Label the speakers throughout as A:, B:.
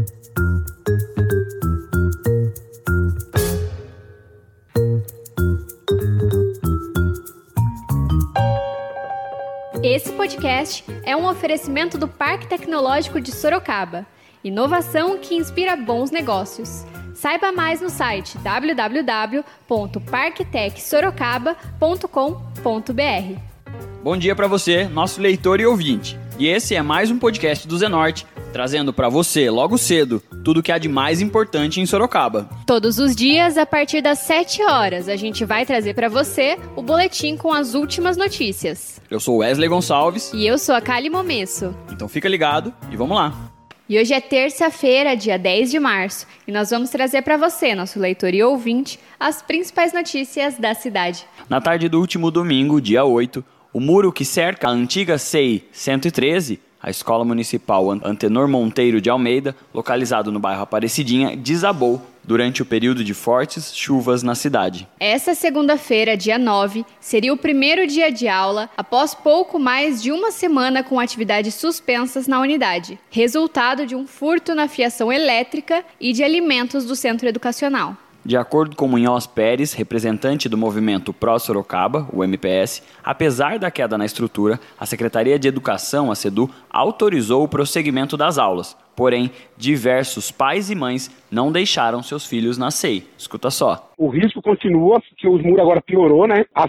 A: Esse podcast é um oferecimento do Parque Tecnológico de Sorocaba. Inovação que inspira bons negócios. Saiba mais no site www.parktecsorocaba.com.br.
B: Bom dia para você, nosso leitor e ouvinte. E esse é mais um podcast do Zenorte, trazendo para você, logo cedo, tudo o que há de mais importante em Sorocaba.
A: Todos os dias, a partir das 7 horas, a gente vai trazer para você o boletim com as últimas notícias.
B: Eu sou Wesley Gonçalves.
A: E eu sou a Kali Momesso.
B: Então fica ligado e vamos lá.
A: E hoje é terça-feira, dia 10 de março, e nós vamos trazer para você, nosso leitor e ouvinte, as principais notícias da cidade.
B: Na tarde do último domingo, dia 8, o muro que cerca a antiga CEI 113, a Escola Municipal Antenor Monteiro de Almeida, localizado no bairro Aparecidinha, desabou durante o período de fortes chuvas na cidade.
A: Essa segunda-feira, dia 9, seria o primeiro dia de aula após pouco mais de uma semana com atividades suspensas na unidade, resultado de um furto na fiação elétrica e de alimentos do centro educacional.
B: De acordo com Munhoz Pérez, representante do movimento Pró Sorocaba, o MPS, apesar da queda na estrutura, a Secretaria de Educação, a SEDU, autorizou o prosseguimento das aulas. Porém, diversos pais e mães não deixaram seus filhos na CEI. Escuta só.
C: O risco continua, porque os muros agora piorou, né? A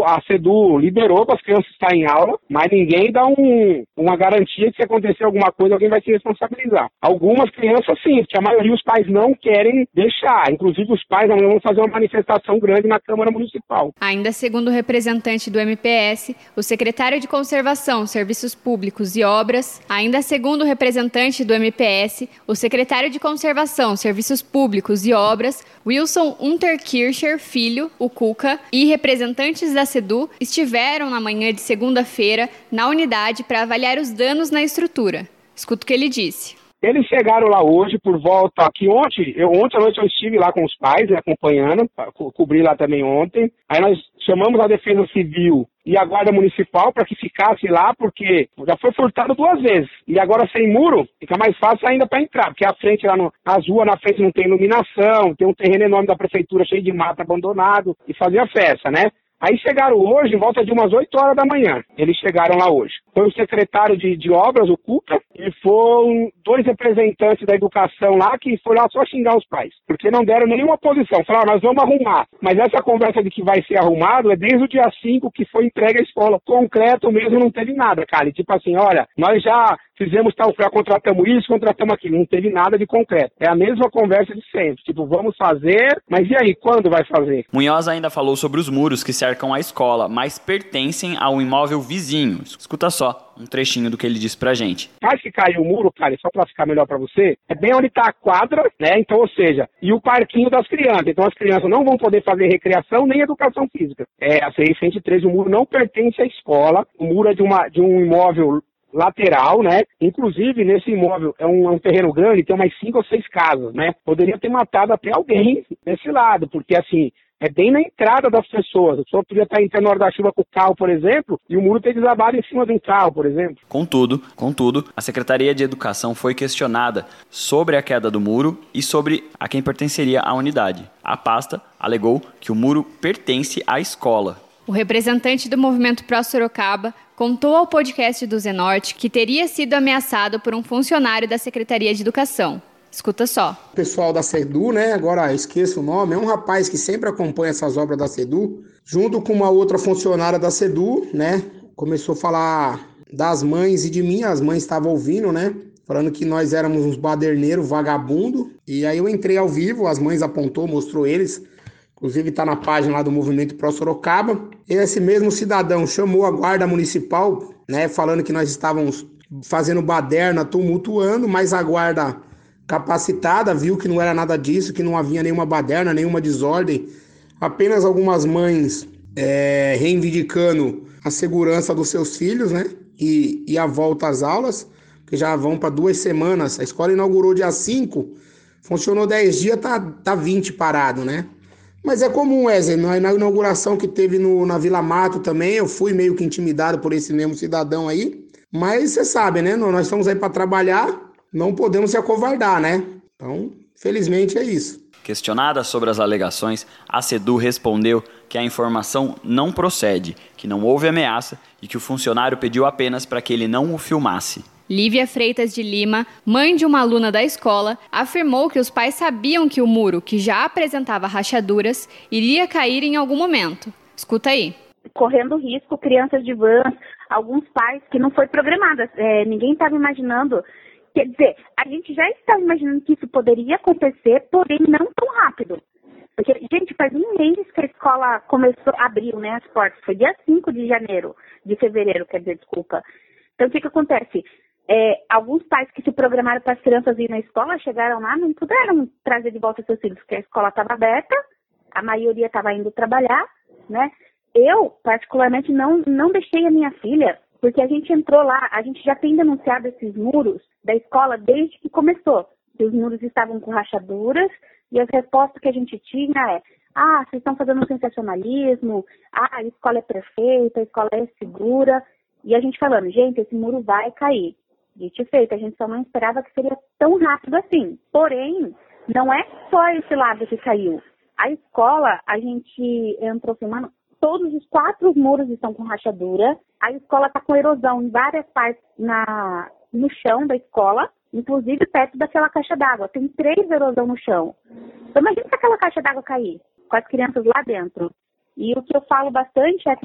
C: SEDU liberou para as crianças estarem em aula, mas ninguém dá uma garantia que se acontecer alguma coisa, alguém vai se responsabilizar. Algumas crianças sim, porque a maioria dos pais não querem deixar. Inclusive os pais amanhã vão fazer uma manifestação grande na Câmara Municipal.
A: Ainda segundo o representante do MPS, o secretário de Conservação, Serviços Públicos e Obras, ainda segundo o representante do MPS, o secretário de Conservação, Serviços Públicos e Obras, Wilson Unterkircher Filho, o Cuca, e representantes da SEDU estiveram na manhã de segunda-feira na unidade para avaliar os danos na estrutura. Escuta o que ele disse.
C: Eles chegaram lá hoje por volta que ontem à noite eu estive lá com os pais, né, acompanhando, cobri lá também ontem. Aí nós chamamos a Defesa Civil e a Guarda Municipal para que ficasse lá, porque já foi furtado 2 vezes. E agora sem muro, fica mais fácil ainda para entrar, porque a frente lá as ruas na frente não tem iluminação, tem um terreno enorme da prefeitura cheio de mata abandonado e fazia festa, né? Aí chegaram hoje, em volta de umas 8 horas da manhã. Eles chegaram lá hoje. Foi o secretário de obras, o Cuca, e foram 2 representantes da educação lá que foram lá só xingar os pais. Porque não deram nenhuma posição. Falaram, nós vamos arrumar. Mas essa conversa de que vai ser arrumado é desde o dia 5 que foi entregue à escola. Concreto mesmo não teve nada, cara. Tipo assim, olha, nós já fizemos tal, já contratamos isso, contratamos aquilo. Não teve nada de concreto. É a mesma conversa de sempre. Tipo, vamos fazer, mas e aí, quando vai fazer?
B: Munhoz ainda falou sobre os muros que cercam a escola, mas pertencem a um imóvel vizinho. Escuta só um trechinho do que ele disse pra gente.
C: Faz que caiu o muro, cara, só pra ficar melhor pra você, é bem onde tá a quadra, né? Então, ou seja, e o parquinho das crianças. Então, as crianças não vão poder fazer recreação nem educação física. A CEI 113, o muro não pertence à escola, o muro é de um imóvel lateral, né? Inclusive, nesse imóvel é um terreno grande, tem umas 5 ou 6 casas, né? Poderia ter matado até alguém desse lado, porque assim, é bem na entrada das pessoas. A pessoa podia estar entrando na hora da chuva com o carro, por exemplo, e o muro ter desabado em cima de um carro, por exemplo.
B: Contudo, a Secretaria de Educação foi questionada sobre a queda do muro e sobre a quem pertenceria à unidade. A pasta alegou que o muro pertence à escola.
A: O representante do Movimento Pró Sorocaba contou ao podcast do Zenorte que teria sido ameaçado por um funcionário da Secretaria de Educação. Escuta só.
D: O pessoal da SEDU, né? Agora esqueço o nome, é um rapaz que sempre acompanha essas obras da SEDU, junto com uma outra funcionária da SEDU, né? Começou a falar das mães e de mim, as mães estavam ouvindo, né? Falando que nós éramos uns baderneiros, vagabundo. E aí eu entrei ao vivo, as mães apontou, mostrou eles. Inclusive está na página lá do Movimento Pró Sorocaba. Esse mesmo cidadão chamou a Guarda Municipal, né? Falando que nós estávamos fazendo baderna, tumultuando, mas a guarda capacitada viu que não era nada disso, que não havia nenhuma baderna, nenhuma desordem. Apenas algumas mães reivindicando a segurança dos seus filhos, né? E a volta às aulas, que já vão para 2 semanas. A escola inaugurou dia 5, funcionou 10 dias, tá 20 parado, né? Mas é comum, Wesley, na inauguração que teve na Vila Mato também, eu fui meio que intimidado por esse mesmo cidadão aí. Mas você sabe, né? Nós estamos aí para trabalhar não podemos se acovardar, né? Então, felizmente é isso.
B: Questionada sobre as alegações, a SEDU respondeu que a informação não procede, que não houve ameaça e que o funcionário pediu apenas para que ele não o filmasse.
A: Lívia Freitas de Lima, mãe de uma aluna da escola, afirmou que os pais sabiam que o muro, que já apresentava rachaduras, iria cair em algum momento. Escuta aí.
E: Correndo risco, crianças de vans, alguns pais que não foi programado. Ninguém estava imaginando. Quer dizer, a gente já estava imaginando que isso poderia acontecer, porém não tão rápido. Porque, gente, faz um mês que a escola abriu, né, as portas. Foi dia 5 de fevereiro, desculpa. Então, o que acontece? Alguns pais que se programaram para as crianças ir na escola, chegaram lá, não puderam trazer de volta seus filhos, porque a escola estava aberta, a maioria estava indo trabalhar, né? Eu, particularmente, não deixei a minha filha, porque a gente entrou lá, a gente já tem denunciado esses muros da escola desde que começou. Que os muros estavam com rachaduras e as respostas que a gente tinha vocês estão fazendo um sensacionalismo, a escola é perfeita, a escola é segura. E a gente falando, gente, esse muro vai cair. Dito e feito, a gente só não esperava que seria tão rápido assim. Porém, não é só esse lado que caiu. A escola, a gente entrou filmando, todos os 4 muros estão com rachadura. A escola está com erosão em várias partes no chão da escola, inclusive perto daquela caixa d'água. Tem 3 erosão no chão. Então, imagina se aquela caixa d'água cair, com as crianças lá dentro. E o que eu falo bastante é que,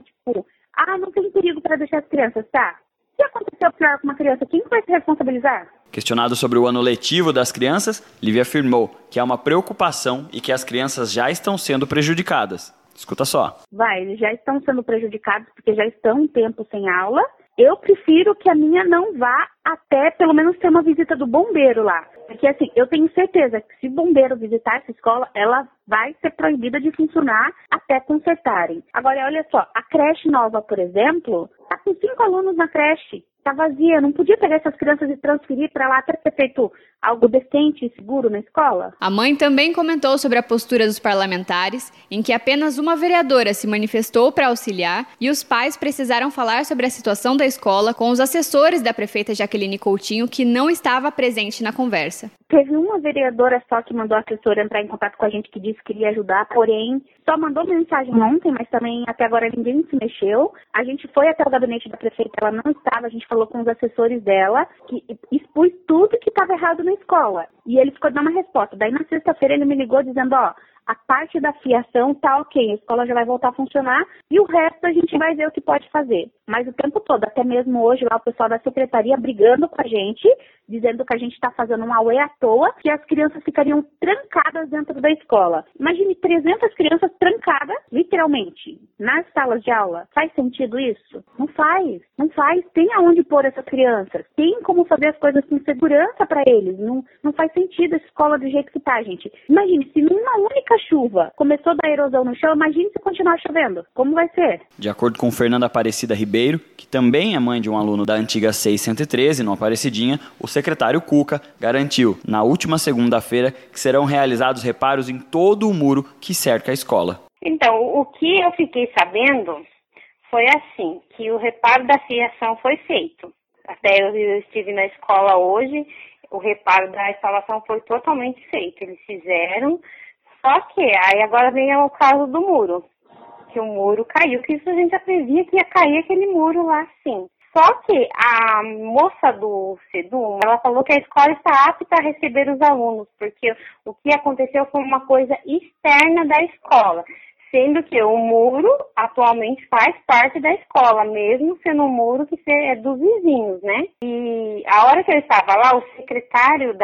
E: não tem perigo para deixar as crianças, tá? Se aconteceu pior com uma criança, quem vai se responsabilizar?
B: Questionado sobre o ano letivo das crianças, Lívia afirmou que há uma preocupação e que as crianças já estão sendo prejudicadas. Escuta só.
E: Eles já estão sendo prejudicados porque já estão um tempo sem aula. Eu prefiro que a minha não vá até pelo menos ter uma visita do bombeiro lá. Porque assim, eu tenho certeza que se o bombeiro visitar essa escola, ela vai ser proibida de funcionar até consertarem. Agora, olha só, a creche nova, por exemplo, está com 5 alunos na creche. Está vazia, não podia pegar essas crianças e transferir para lá até ter feito algo decente e seguro na escola?
A: A mãe também comentou sobre a postura dos parlamentares, em que apenas uma vereadora se manifestou para auxiliar e os pais precisaram falar sobre a situação da escola com os assessores da prefeita Jaqueline Coutinho, que não estava presente na conversa.
E: Teve uma vereadora só que mandou a assessora entrar em contato com a gente, que disse que iria ajudar, porém só mandou mensagem ontem, mas também até agora ninguém se mexeu. A gente foi até o gabinete da prefeita, ela não estava, a gente falou com os assessores dela, que expus tudo que estava errado na escola. E ele ficou dando uma resposta. Daí na sexta-feira ele me ligou dizendo, a parte da fiação tá ok, a escola já vai voltar a funcionar e o resto a gente vai ver o que pode fazer. Mas o tempo todo, até mesmo hoje, lá o pessoal da secretaria brigando com a gente, dizendo que a gente está fazendo um auê à toa, que as crianças ficariam trancadas dentro da escola. Imagine 300 crianças trancadas, literalmente, nas salas de aula. Faz sentido isso? Não faz. Não faz. Tem aonde pôr essas crianças. Tem como fazer as coisas com segurança para eles. Não faz sentido essa escola do jeito que tá, gente. Imagine, se numa única chuva começou a dar erosão no chão, imagine se continuar chovendo. Como vai ser?
B: De acordo com Fernanda Aparecida Ribeiro, que também é mãe de um aluno da antiga 613, no Aparecidinha, o secretário Cuca garantiu, na última segunda-feira, que serão realizados reparos em todo o muro que cerca a escola.
F: Então, o que eu fiquei sabendo foi assim, que o reparo da fiação foi feito. Até eu estive na escola hoje, o reparo da instalação foi totalmente feito. Eles fizeram, só que aí agora vem o caso do muro. Que o muro caiu, que isso a gente já previa que ia cair aquele muro lá sim. Só que a moça do SEDU, ela falou que a escola está apta a receber os alunos, porque o que aconteceu foi uma coisa externa da escola, sendo que o muro atualmente faz parte da escola, mesmo sendo um muro que é dos vizinhos, né? E a hora que eu estava lá, o secretário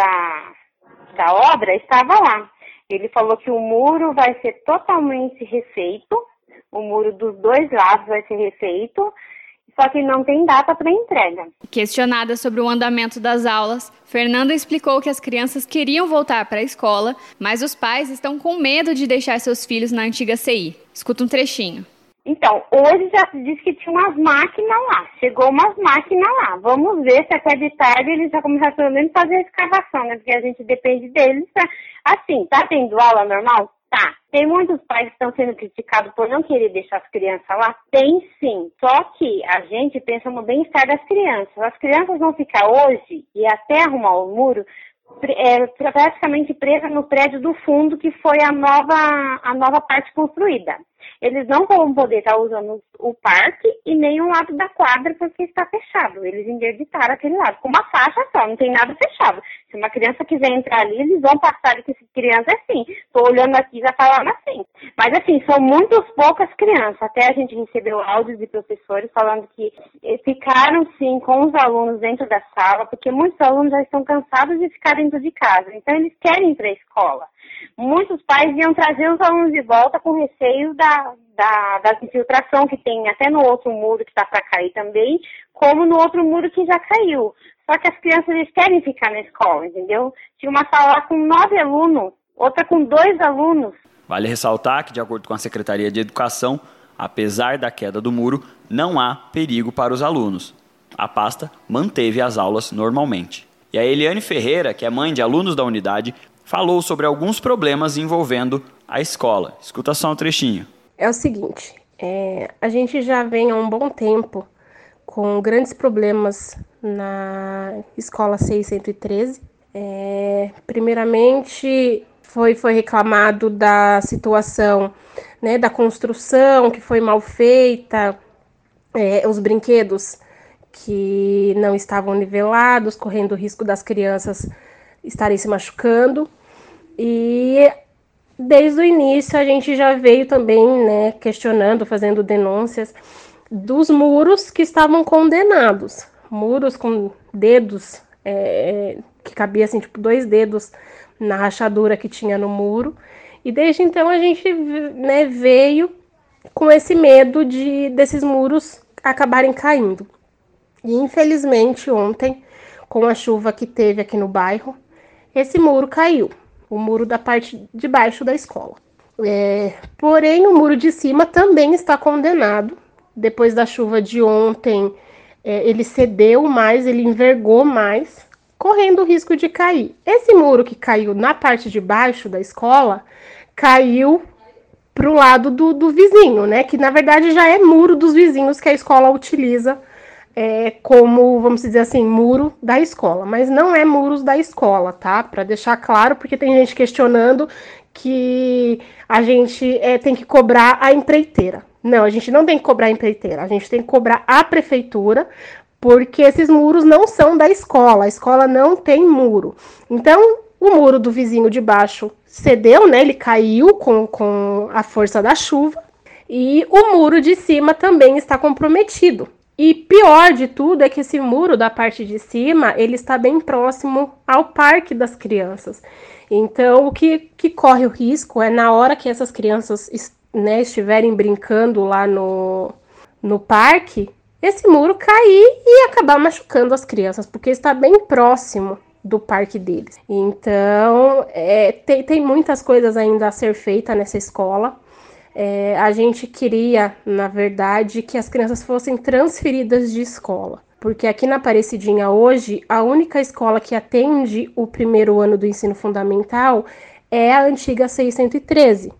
F: da obra estava lá. Ele falou que o muro vai ser totalmente refeito, o muro dos 2 lados vai ser refeito, só que não tem data para entrega.
A: Questionada sobre o andamento das aulas, Fernanda explicou que as crianças queriam voltar para a escola, mas os pais estão com medo de deixar seus filhos na antiga CI. Escuta um trechinho.
F: Então, hoje já se disse que tinha umas máquinas lá, chegou umas máquinas lá. Vamos ver se até de tarde eles já começaram pelo menos a fazer a escavação, né? Porque a gente depende deles. Assim, tá tendo aula normal? Tá. Tem muitos pais que estão sendo criticados por não querer deixar as crianças lá? Tem sim. Só que a gente pensa no bem-estar das crianças. As crianças vão ficar hoje e até arrumar o muro praticamente presa no prédio do fundo, que foi a nova parte construída. Eles não vão poder estar usando o parque e nem o lado da quadra porque está fechado. Eles interditaram aquele lado com uma faixa só, não tem nada fechado. Se uma criança quiser entrar ali, eles vão passar ali, que essa criança é assim. Estou olhando aqui e já falando assim. Mas assim, são muito poucas crianças. Até a gente recebeu áudios de professores falando que ficaram sim com os alunos dentro da sala, porque muitos alunos já estão cansados de ficar dentro de casa. Então eles querem ir para a escola. Muitos pais iam trazer os alunos de volta com receio da infiltração que tem até no outro muro que está para cair também, como no outro muro que já caiu. Só que as crianças eles querem ficar na escola, entendeu? Tinha uma sala lá com 9 alunos, outra com 2 alunos.
B: Vale ressaltar que, de acordo com a Secretaria de Educação, apesar da queda do muro, não há perigo para os alunos. A pasta manteve as aulas normalmente. E a Eliane Ferreira, que é mãe de alunos da unidade, falou sobre alguns problemas envolvendo a escola. Escuta só um trechinho.
G: É o seguinte, a gente já vem há um bom tempo com grandes problemas na escola 613. Primeiramente, foi reclamado da situação, né, da construção que foi mal feita, os brinquedos que não estavam nivelados, correndo o risco das crianças estarem se machucando. E desde o início a gente já veio também, né, questionando, fazendo denúncias dos muros que estavam condenados. Muros com dedos, que cabia assim, tipo 2 dedos na rachadura que tinha no muro. E desde então a gente, né, veio com esse medo desses muros acabarem caindo. E infelizmente ontem, com a chuva que teve aqui no bairro, esse muro caiu. O muro da parte de baixo da escola. Porém, o muro de cima também está condenado. Depois da chuva de ontem, ele cedeu mais, ele envergou mais, correndo o risco de cair. Esse muro que caiu na parte de baixo da escola, caiu para o lado do vizinho, né? Que na verdade já é muro dos vizinhos que a escola utiliza como, vamos dizer assim, muro da escola, mas não é muros da escola, tá? Para deixar claro, porque tem gente questionando que a gente tem que cobrar a empreiteira. Não, a gente não tem que cobrar a empreiteira, a gente tem que cobrar a prefeitura, porque esses muros não são da escola, a escola não tem muro. Então, o muro do vizinho de baixo cedeu, né? Ele caiu com a força da chuva, e o muro de cima também está comprometido. E pior de tudo é que esse muro da parte de cima, ele está bem próximo ao parque das crianças. Então, o que corre o risco é na hora que essas crianças, né, estiverem brincando lá no parque, esse muro cair e acabar machucando as crianças, porque está bem próximo do parque deles. Então, tem muitas coisas ainda a ser feita nessa escola. A gente queria, na verdade, que as crianças fossem transferidas de escola, porque aqui na Aparecidinha hoje, a única escola que atende o primeiro ano do ensino fundamental é a antiga 613.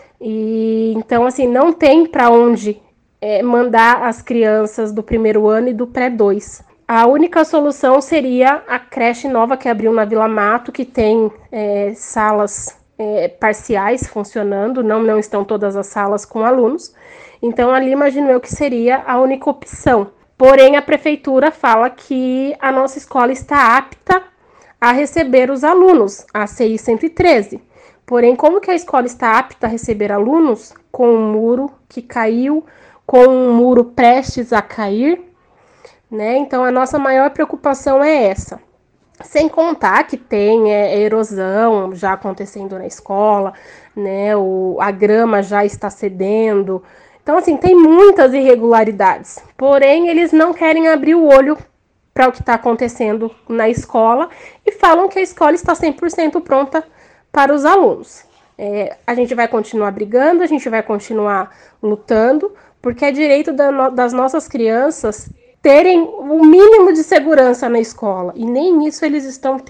G: E então, assim, não tem para onde mandar as crianças do primeiro ano e do pré-2. A única solução seria a creche nova que abriu na Vila Mato, que tem salas parciais funcionando, não estão todas as salas com alunos. Então, ali imagino eu que seria a única opção. Porém, a prefeitura fala que a nossa escola está apta a receber os alunos, a CI 113. Porém, como que a escola está apta a receber alunos com um muro que caiu, com um muro prestes a cair, né? Então, a nossa maior preocupação é essa. Sem contar que tem erosão já acontecendo na escola, né? A grama já está cedendo. Então, assim, tem muitas irregularidades. Porém, eles não querem abrir o olho para o que está acontecendo na escola e falam que a escola está 100% pronta para os alunos. A gente vai continuar brigando, a gente vai continuar lutando, porque é direito das nossas crianças terem o mínimo de segurança na escola, e nem isso eles estão tendo.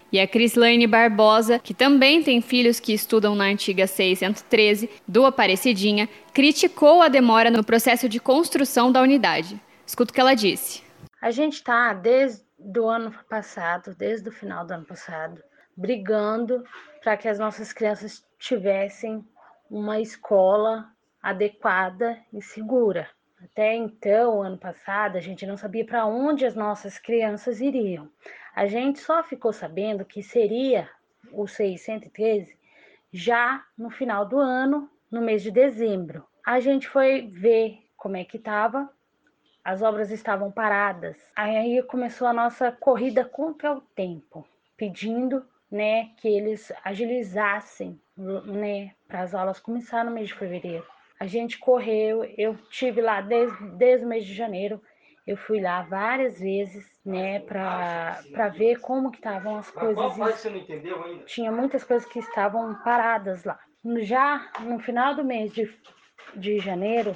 A: E a Crislaine Barbosa, que também tem filhos que estudam na antiga CI 113 do Aparecidinha, criticou a demora no processo de construção da unidade. Escuta o que ela disse.
H: A gente está desde o ano passado, desde o final do ano passado, brigando para que as nossas crianças tivessem uma escola adequada e segura. Até então, ano passado, a gente não sabia para onde as nossas crianças iriam. A gente só ficou sabendo que seria o CI 113 já no final do ano, no mês de dezembro. A gente foi ver como é que estava, as obras estavam paradas. Aí começou a nossa corrida contra o tempo, pedindo, né, que eles agilizassem, né, para as aulas começar no mês de fevereiro. A gente correu, eu estive lá desde o mês de janeiro, eu fui lá várias vezes, né, para ver como que estavam as coisas. Qual parte você não entendeu ainda? Tinha muitas coisas que estavam paradas lá. Já no final do mês de janeiro,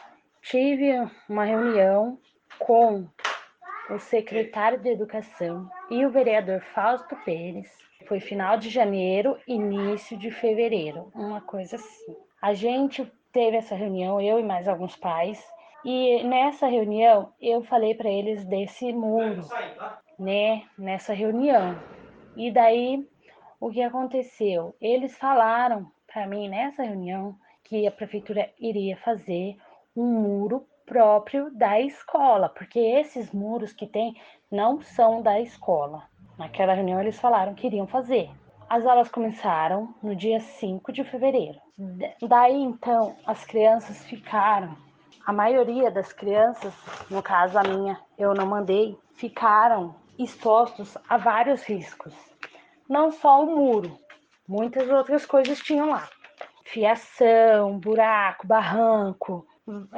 H: tive uma reunião com o secretário de Educação e o vereador Fausto Pérez. Foi final de janeiro, início de fevereiro, uma coisa assim. A gente teve essa reunião, eu e mais alguns pais, e nessa reunião eu falei para eles desse muro, né, nessa reunião. E daí, o que aconteceu? Eles falaram para mim nessa reunião que a prefeitura iria fazer um muro próprio da escola, porque esses muros que tem não são da escola. Naquela reunião eles falaram que iriam fazer. As aulas começaram no dia 5 de fevereiro. Daí, então, as crianças ficaram, a maioria das crianças, no caso a minha, eu não mandei, ficaram expostos a vários riscos. Não só o muro, muitas outras coisas tinham lá. Fiação, buraco, barranco,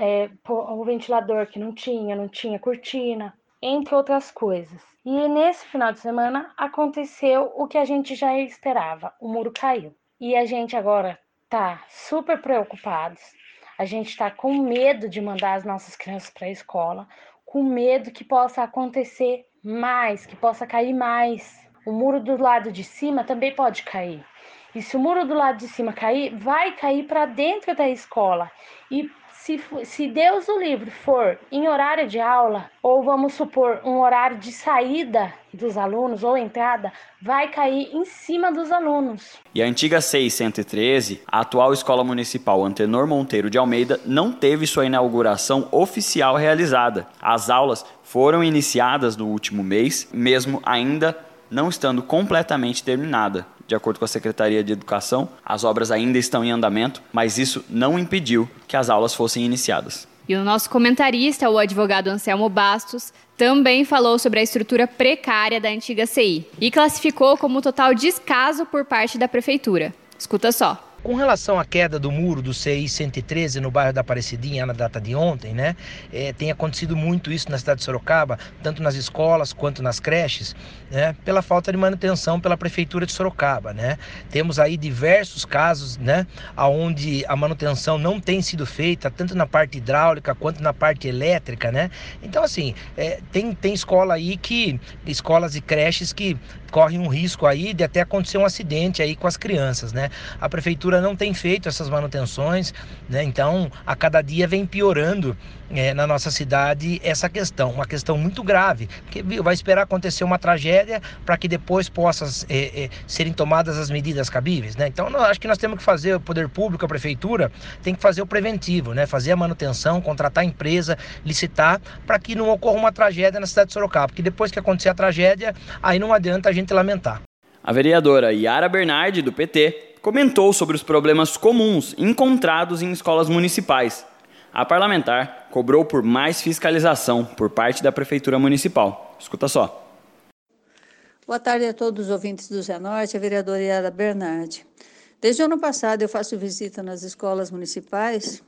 H: o ventilador que não tinha cortina, entre outras coisas. E nesse final de semana aconteceu o que a gente já esperava, o muro caiu. E a gente agora tá super preocupados, a gente tá com medo de mandar as nossas crianças para a escola, com medo que possa acontecer mais, que possa cair mais. O muro do lado de cima também pode cair. E se o muro do lado de cima cair, vai cair para dentro da escola. E se Deus o livre for em horário de aula, ou vamos supor um horário de saída dos alunos ou entrada, vai cair em cima dos alunos.
B: E a antiga CI 113, a atual Escola Municipal Antenor Monteiro de Almeida, não teve sua inauguração oficial realizada. As aulas foram iniciadas no último mês, mesmo ainda não estando completamente terminada. De acordo com a Secretaria de Educação, as obras ainda estão em andamento, mas isso não impediu que as aulas fossem iniciadas.
A: E o nosso comentarista, o advogado Anselmo Bastos, também falou sobre a estrutura precária da antiga CI e classificou como total descaso por parte da Prefeitura. Escuta só.
I: Com relação à queda do muro do CI 113 no bairro da Aparecidinha na data de ontem, né, tem acontecido muito isso na cidade de Sorocaba, tanto nas escolas quanto nas creches, né, pela falta de manutenção pela Prefeitura de Sorocaba, né. Temos aí diversos casos, né, onde a manutenção não tem sido feita, tanto na parte hidráulica quanto na parte elétrica, né. Então, assim, tem escola aí escolas e creches que correm um risco aí de até acontecer um acidente aí com as crianças, né. A Prefeitura não tem feito essas manutenções, né? Então a cada dia vem piorando na nossa cidade essa questão, uma questão muito grave, porque vai esperar acontecer uma tragédia para que depois possam serem tomadas as medidas cabíveis, né? Então acho que nós temos que fazer, o poder público, a Prefeitura, tem que fazer o preventivo, né? Fazer a manutenção, contratar a empresa, licitar, para que não ocorra uma tragédia na cidade de Sorocaba, porque depois que acontecer a tragédia, aí não adianta a gente lamentar.
B: A vereadora Yara Bernardi, do PT, comentou sobre os problemas comuns encontrados em escolas municipais. A parlamentar cobrou por mais fiscalização por parte da Prefeitura Municipal. Escuta só.
J: Boa tarde a todos os ouvintes do Zé Norte, a vereadora Yara Bernardi. Desde o ano passado eu faço visita nas escolas municipais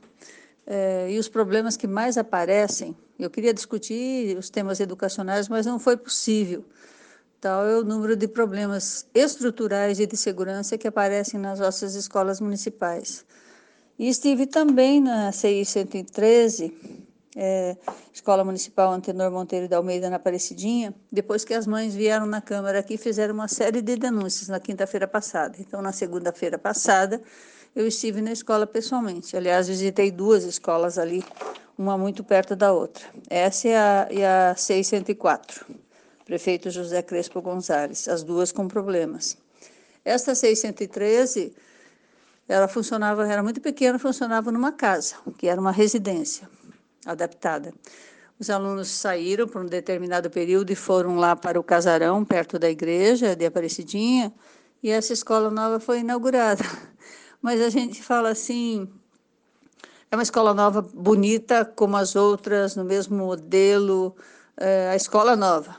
J: e os problemas que mais aparecem, eu queria discutir os temas educacionais, mas não foi possível. Tal é o número de problemas estruturais e de segurança que aparecem nas nossas escolas municipais. E estive também na CI 113 Escola Municipal Antenor Monteiro de Almeida, na Aparecidinha, depois que as mães vieram na Câmara aqui, fizeram uma série de denúncias na quinta-feira passada. Então, na segunda-feira passada, eu estive na escola pessoalmente. Aliás, visitei 2 escolas ali, uma muito perto da outra. Essa é a 604, prefeito José Crespo Gonzalez, as 2 com problemas. Esta 613, ela funcionava, era muito pequena, funcionava numa casa, que era uma residência adaptada. Os alunos saíram por um determinado período e foram lá para o casarão, perto da igreja de Aparecidinha, e essa escola nova foi inaugurada. Mas a gente fala assim, é uma escola nova bonita, como as outras, no mesmo modelo, a escola nova.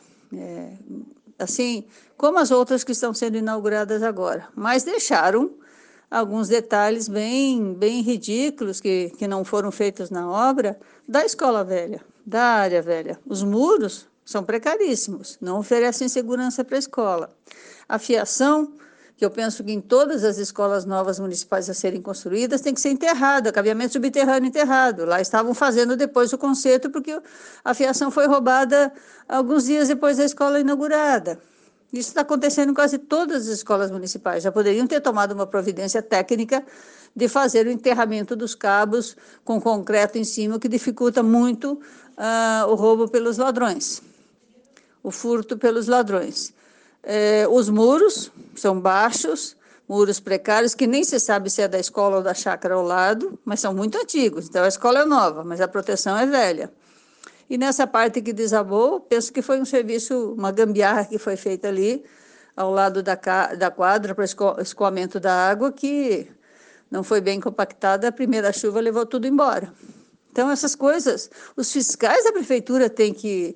J: Assim, como as outras que estão sendo inauguradas agora. Mas deixaram alguns detalhes bem ridículos que não foram feitos na obra da escola velha, da área velha. Os muros são precaríssimos, não oferecem segurança para a escola. A fiação, que eu penso que em todas as escolas novas municipais a serem construídas, tem que ser enterrada, cabeamento subterrâneo enterrado. Lá estavam fazendo depois o conserto, porque a fiação foi roubada alguns dias depois da escola inaugurada. Isso está acontecendo em quase todas as escolas municipais. Já poderiam ter tomado uma providência técnica de fazer o enterramento dos cabos com concreto em cima, que dificulta muito o roubo pelos ladrões, o furto pelos ladrões. Os muros são baixos, muros precários, que nem se sabe se é da escola ou da chácara ao lado, mas são muito antigos. Então, a escola é nova, mas a proteção é velha. E nessa parte que desabou, penso que foi um serviço, uma gambiarra que foi feita ali, ao lado da quadra, para escoamento da água, que não foi bem compactada, a primeira chuva levou tudo embora. Então, essas coisas, os fiscais da prefeitura têm que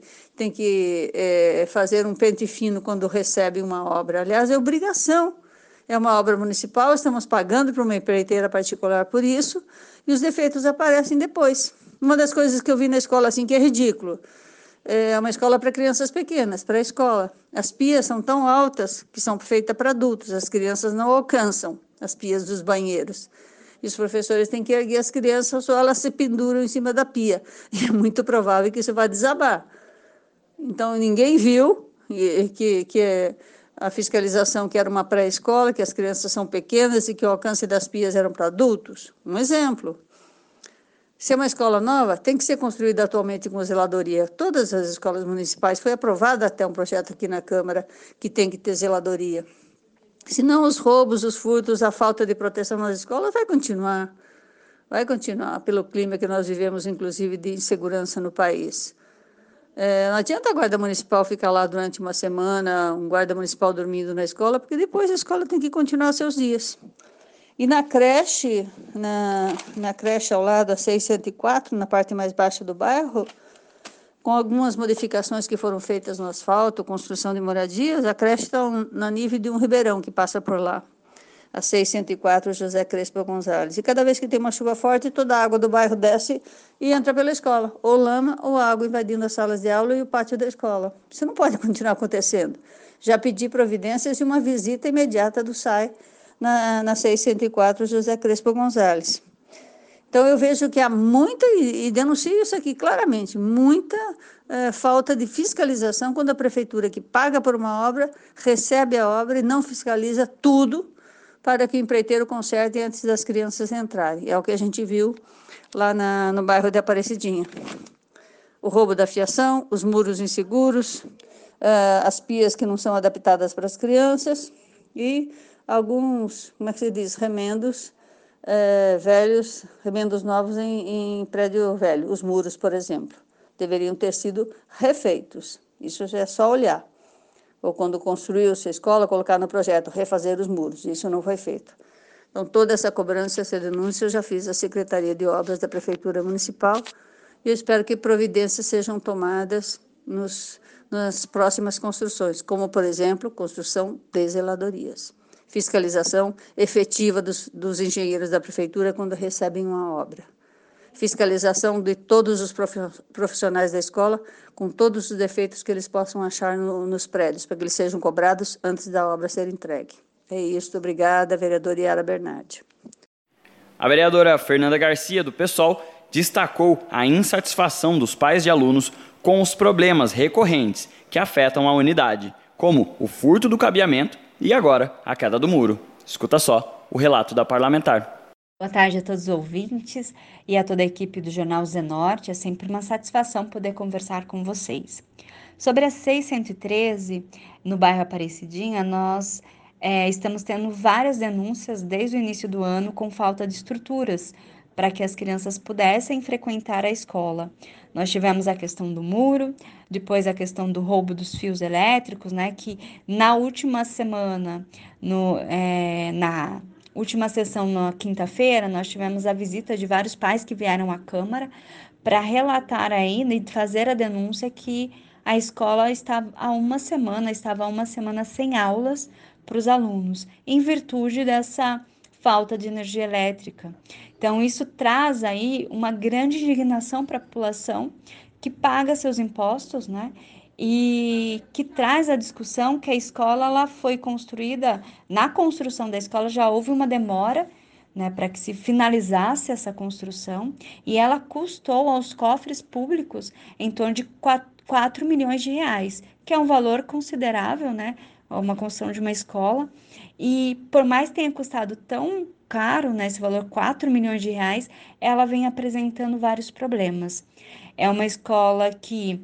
J: fazer um pente fino quando recebem uma obra. Aliás, é obrigação. É uma obra municipal, estamos pagando para uma empreiteira particular por isso, e os defeitos aparecem depois. Uma das coisas que eu vi na escola assim que é ridículo, é uma escola para crianças pequenas, pré-escola. As pias são tão altas que são feitas para adultos, as crianças não alcançam as pias dos banheiros. E os professores têm que erguer as crianças ou elas se penduram em cima da pia. E é muito provável que isso vai desabar. Então, ninguém viu que a fiscalização que era uma pré-escola, que as crianças são pequenas e que o alcance das pias eram para adultos. Um exemplo. Se é uma escola nova, tem que ser construída atualmente com zeladoria. Todas as escolas municipais, foi aprovado até um projeto aqui na Câmara que tem que ter zeladoria. Senão os roubos, os furtos, a falta de proteção nas escolas vai continuar pelo clima que nós vivemos, inclusive de insegurança no país. Não adianta a guarda municipal ficar lá durante uma semana, um guarda municipal dormindo na escola, porque depois a escola tem que continuar seus dias. E na creche, na creche ao lado, a 604, na parte mais baixa do bairro, com algumas modificações que foram feitas no asfalto, construção de moradias, a creche está no nível de um ribeirão que passa por lá, a 604 José Crespo Gonzalez. E cada vez que tem uma chuva forte, toda a água do bairro desce e entra pela escola, ou lama ou água invadindo as salas de aula e o pátio da escola. Isso não pode continuar acontecendo. Já pedi providências e uma visita imediata do SAI, na 604 José Crespo Gonzalez. Então, eu vejo que há muita, e denuncio isso aqui claramente, muita falta de fiscalização quando a prefeitura que paga por uma obra, recebe a obra e não fiscaliza tudo para que o empreiteiro conserte antes das crianças entrarem. É o que a gente viu lá no bairro de Aparecidinha. O roubo da fiação, os muros inseguros, as pias que não são adaptadas para as crianças e alguns, como é que se diz, remendos velhos, remendos novos em prédio velho. Os muros, por exemplo, deveriam ter sido refeitos. Isso já é só olhar. Ou quando construiu-se a escola, colocar no projeto, refazer os muros. Isso não foi feito. Então, toda essa cobrança, essa denúncia, eu já fiz à Secretaria de Obras da Prefeitura Municipal e eu espero que providências sejam tomadas nas próximas construções, como, por exemplo, construção de zeladorias. Fiscalização efetiva dos engenheiros da prefeitura quando recebem uma obra. Fiscalização de todos os profissionais da escola com todos os defeitos que eles possam achar nos prédios, para que eles sejam cobrados antes da obra ser entregue. É isso, obrigada, vereadora Yara Bernardi.
B: A vereadora Fernanda Garcia, do PSOL, destacou a insatisfação dos pais de alunos com os problemas recorrentes que afetam a unidade, como o furto do cabeamento e agora a queda do muro. Escuta só o relato da parlamentar.
K: Boa tarde a todos os ouvintes e a toda a equipe do Jornal Zenorte. É sempre uma satisfação poder conversar com vocês. Sobre a 613, no bairro Aparecidinha, nós estamos tendo várias denúncias desde o início do ano com falta de estruturas para que as crianças pudessem frequentar a escola. Nós tivemos a questão do muro, depois a questão do roubo dos fios elétricos, né, que na última semana, na última sessão, na quinta-feira, nós tivemos a visita de vários pais que vieram à Câmara para relatar aí e fazer a denúncia que a escola estava há uma semana sem aulas para os alunos, em virtude dessa falta de energia elétrica. Então, isso traz aí uma grande indignação para a população que paga seus impostos, né? E que traz a discussão que a escola ela foi construída, na construção da escola já houve uma demora, né, para que se finalizasse essa construção, e ela custou aos cofres públicos em torno de 4 milhões de reais, que é um valor considerável, né, uma construção de uma escola, e por mais que tenha custado tão caro, né, esse valor 4 milhões de reais, ela vem apresentando vários problemas. É uma escola que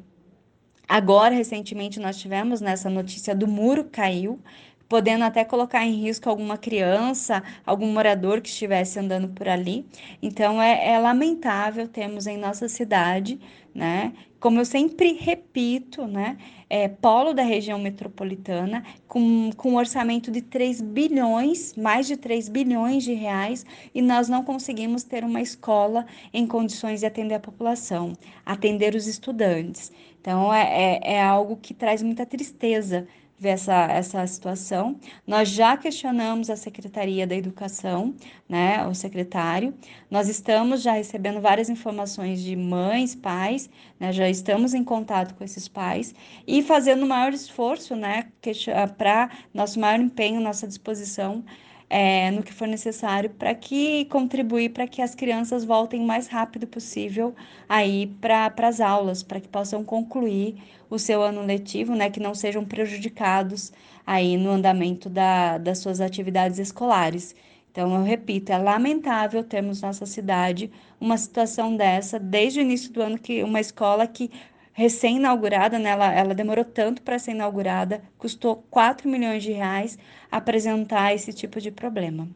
K: agora, recentemente, nós tivemos nessa notícia do muro caiu, podendo até colocar em risco alguma criança, algum morador que estivesse andando por ali. Então, é lamentável termos em nossa cidade, né, como eu sempre repito, né, polo da região metropolitana, com um orçamento de 3 bilhões, mais de 3 bilhões de reais, e nós não conseguimos ter uma escola em condições de atender a população, atender os estudantes. Então, é algo que traz muita tristeza ver essa situação. Nós já questionamos a Secretaria da Educação, né, o secretário. Nós estamos já recebendo várias informações de mães, pais, né, já estamos em contato com esses pais e fazendo o maior esforço, né, para nosso maior empenho, nossa disposição no que for necessário para contribuir para que as crianças voltem o mais rápido possível aí para as aulas, para que possam concluir o seu ano letivo, né, que não sejam prejudicados aí no andamento das suas atividades escolares. Então, eu repito, é lamentável termos nossa cidade uma situação dessa desde o início do ano, que uma escola que recém-inaugurada, né, ela demorou tanto para ser inaugurada, custou 4 milhões de reais apresentar esse tipo de problema.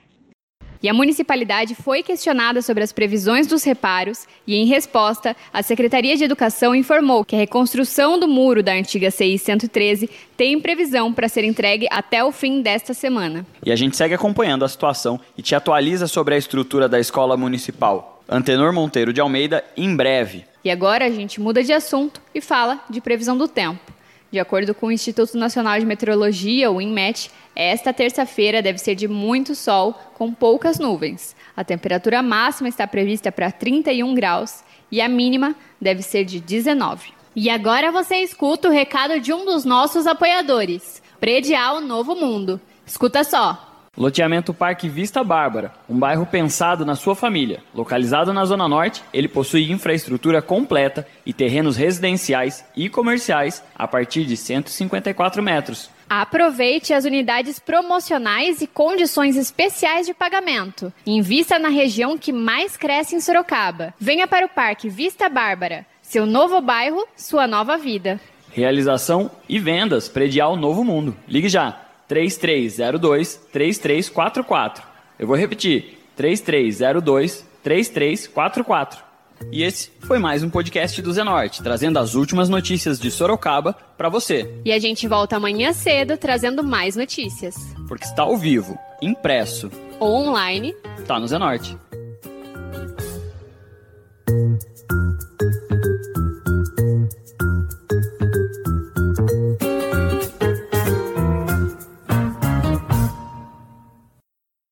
A: E a municipalidade foi questionada sobre as previsões dos reparos e, em resposta, a Secretaria de Educação informou que a reconstrução do muro da antiga CI 113 tem previsão para ser entregue até o fim desta semana.
B: E a gente segue acompanhando a situação e te atualiza sobre a estrutura da escola municipal. Antenor Monteiro de Almeida, em breve.
A: E agora a gente muda de assunto e fala de previsão do tempo. De acordo com o Instituto Nacional de Meteorologia, o INMET, esta terça-feira deve ser de muito sol, com poucas nuvens. A temperatura máxima está prevista para 31 graus e a mínima deve ser de 19. E agora você escuta o recado de um dos nossos apoiadores, Predial Novo Mundo. Escuta só.
B: Loteamento Parque Vista Bárbara, um bairro pensado na sua família. Localizado na Zona Norte, ele possui infraestrutura completa e terrenos residenciais e comerciais a partir de 154 metros.
A: Aproveite as unidades promocionais e condições especiais de pagamento. Invista na região que mais cresce em Sorocaba. Venha para o Parque Vista Bárbara. Seu novo bairro, sua nova vida.
B: Realização e vendas Predial Novo Mundo. Ligue já. 3302-3344. Eu vou repetir, 3302-3344. E esse foi mais um podcast do Zenorte, trazendo as últimas notícias de Sorocaba para você.
A: E a gente volta amanhã cedo trazendo mais notícias.
B: Porque está ao vivo, impresso
A: ou online,
B: tá no Zenorte.